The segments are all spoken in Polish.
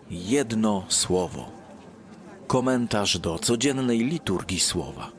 Jedno słowo. Komentarz do codziennej liturgii słowa.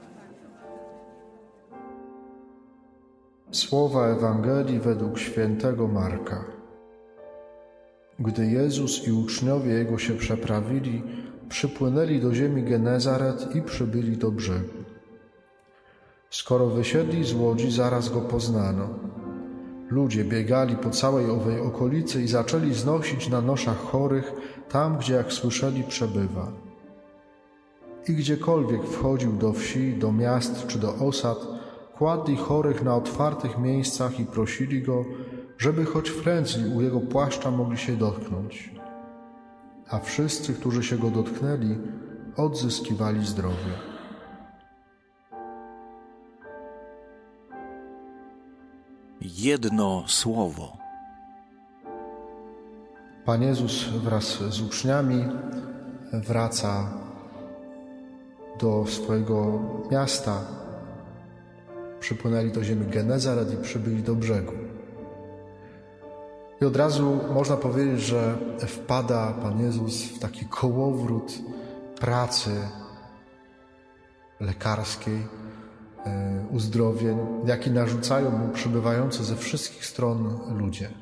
Słowa Ewangelii według świętego Marka. Gdy Jezus i uczniowie Jego się przeprawili, przypłynęli do ziemi Genezaret i przybyli do brzegu. Skoro wysiedli z łodzi, zaraz Go poznano. Ludzie biegali po całej owej okolicy i zaczęli znosić na noszach chorych tam, gdzie, jak słyszeli, przebywa. I gdziekolwiek wchodził do wsi, do miast czy do osad, kładli chorych na otwartych miejscach i prosili Go, żeby choć frędzli u Jego płaszcza mogli się dotknąć. A wszyscy, którzy się Go dotknęli, odzyskiwali zdrowie. Jedno słowo. Pan Jezus wraz z uczniami wraca do swojego miasta. Przypłynęli do ziemi Genezaret i przybyli do brzegu. I od razu można powiedzieć, że wpada Pan Jezus w taki kołowrót pracy lekarskiej, uzdrowień, jaki narzucają Mu przybywający ze wszystkich stron ludzie.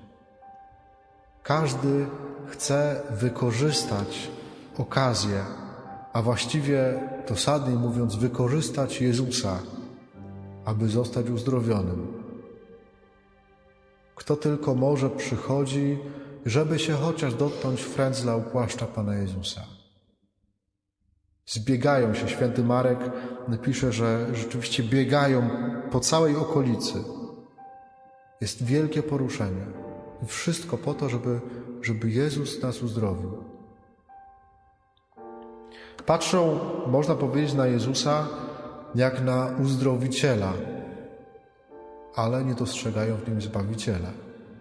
Każdy chce wykorzystać okazję, a właściwie, dosadniej mówiąc, wykorzystać Jezusa, aby zostać uzdrowionym. Kto tylko może, przychodzi, żeby się chociaż dotknąć frędzla u płaszcza Pana Jezusa. Zbiegają się, święty Marek pisze, że rzeczywiście biegają po całej okolicy. Jest wielkie poruszenie. I wszystko po to, żeby Jezus nas uzdrowił. Patrzą, można powiedzieć, na Jezusa jak na uzdrowiciela, ale nie dostrzegają w Nim Zbawiciela.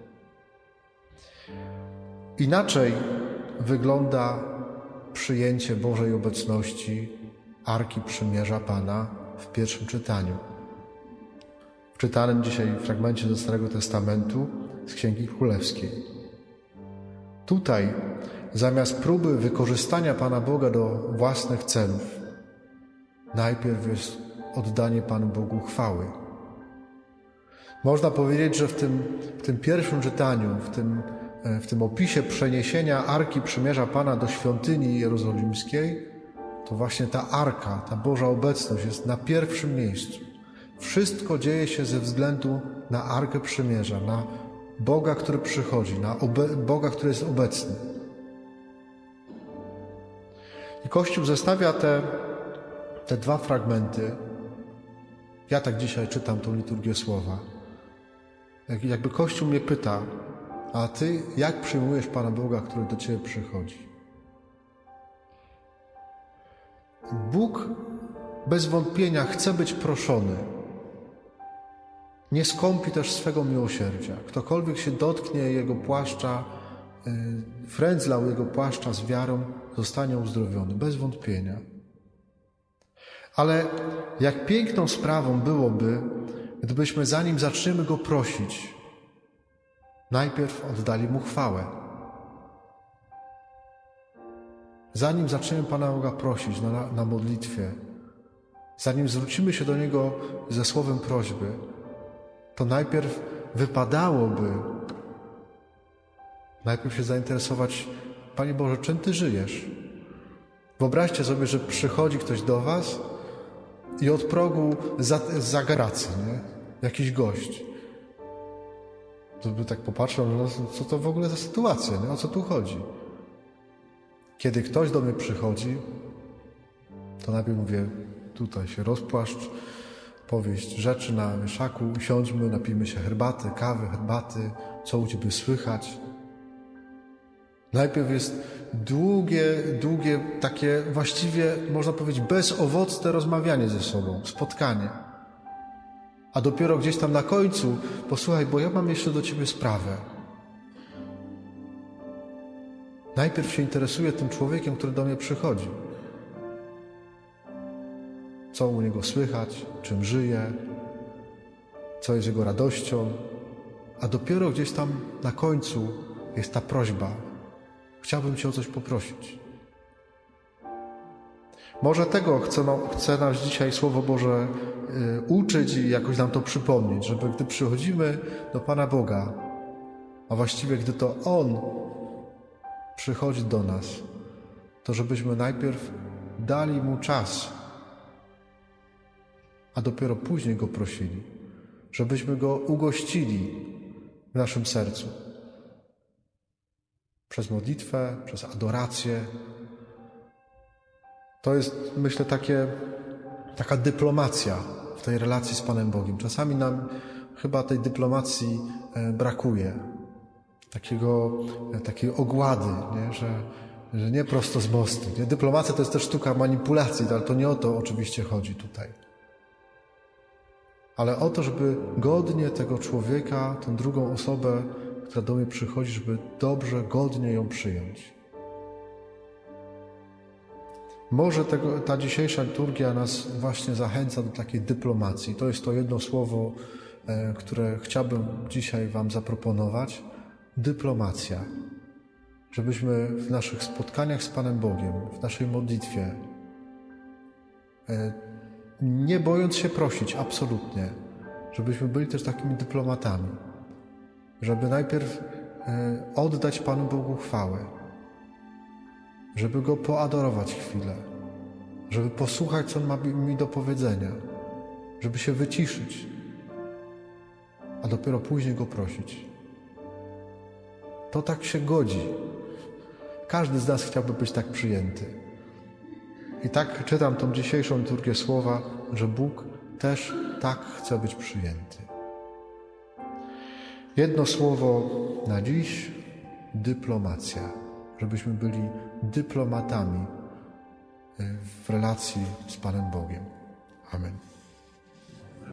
Inaczej wygląda przyjęcie Bożej obecności Arki Przymierza Pana w pierwszym czytaniu. W czytanym dzisiaj fragmencie ze Starego Testamentu z Księgi Królewskiej. Tutaj, zamiast próby wykorzystania Pana Boga do własnych celów, najpierw jest oddanie Panu Bogu chwały. Można powiedzieć, że w tym pierwszym czytaniu, w tym opisie przeniesienia Arki Przymierza Pana do świątyni jerozolimskiej, to właśnie ta Arka, ta Boża obecność jest na pierwszym miejscu. Wszystko dzieje się ze względu na Arkę Przymierza, na Boga, który przychodzi, na Boga, który jest obecny. I Kościół zestawia te dwa fragmenty. Ja tak dzisiaj czytam tą liturgię słowa. Jakby Kościół mnie pyta, a Ty jak przyjmujesz Pana Boga, który do Ciebie przychodzi? Bóg bez wątpienia chce być proszony. Nie skąpi też swego miłosierdzia. Ktokolwiek się dotknie Jego płaszcza, frędzla u Jego płaszcza z wiarą, zostanie uzdrowiony, bez wątpienia. Ale jak piękną sprawą byłoby, gdybyśmy zanim zaczniemy Go prosić, najpierw oddali Mu chwałę. Zanim zaczniemy Pana Boga prosić na modlitwie, zanim zwrócimy się do Niego ze słowem prośby, to najpierw wypadałoby się zainteresować: Panie Boże, czym Ty żyjesz? Wyobraźcie sobie, że przychodzi ktoś do Was i od progu zagraca, nie? Jakiś gość. To by tak popatrzył, co to w ogóle za sytuacja, nie? O co tu chodzi? Kiedy ktoś do mnie przychodzi, to najpierw mówię: tutaj się rozpłaszcz, powieść rzeczy na wieszaku, usiądźmy, napijmy się herbaty, co u Ciebie słychać. Najpierw jest długie, takie właściwie, można powiedzieć, bezowocne rozmawianie ze sobą, spotkanie. A dopiero gdzieś tam na końcu: posłuchaj, bo ja mam jeszcze do Ciebie sprawę. Najpierw się interesuję tym człowiekiem, który do mnie przychodzi. Co u niego słychać, czym żyje, co jest jego radością. A dopiero gdzieś tam na końcu jest ta prośba: chciałbym Cię o coś poprosić. Może tego chce nas dzisiaj Słowo Boże uczyć i jakoś nam to przypomnieć, żeby gdy przychodzimy do Pana Boga, a właściwie gdy to On przychodzi do nas, to żebyśmy najpierw dali Mu czas, a dopiero później Go prosili, żebyśmy Go ugościli w naszym sercu. Przez modlitwę, przez adorację. To jest, myślę, taka dyplomacja w tej relacji z Panem Bogiem. Czasami nam chyba tej dyplomacji brakuje. Takiej ogłady, nie? Że nie prosto z mostu. Nie? Dyplomacja to jest też sztuka manipulacji, ale to nie o to oczywiście chodzi tutaj. Ale o to, żeby godnie tego człowieka, tę drugą osobę, która do mnie przychodzi, żeby dobrze, godnie ją przyjąć. Może ta dzisiejsza liturgia nas właśnie zachęca do takiej dyplomacji. To jest to jedno słowo, które chciałbym dzisiaj Wam zaproponować. Dyplomacja. Żebyśmy w naszych spotkaniach z Panem Bogiem, w naszej modlitwie, nie bojąc się prosić, absolutnie, żebyśmy byli też takimi dyplomatami. Żeby najpierw oddać Panu Bogu chwałę, żeby Go poadorować chwilę, żeby posłuchać, co On ma mi do powiedzenia, żeby się wyciszyć, a dopiero później Go prosić. To tak się godzi. Każdy z nas chciałby być tak przyjęty. I tak czytam tą dzisiejszą liturgię słowa, że Bóg też tak chce być przyjęty. Jedno słowo na dziś: dyplomacja. Żebyśmy byli dyplomatami w relacji z Panem Bogiem. Amen.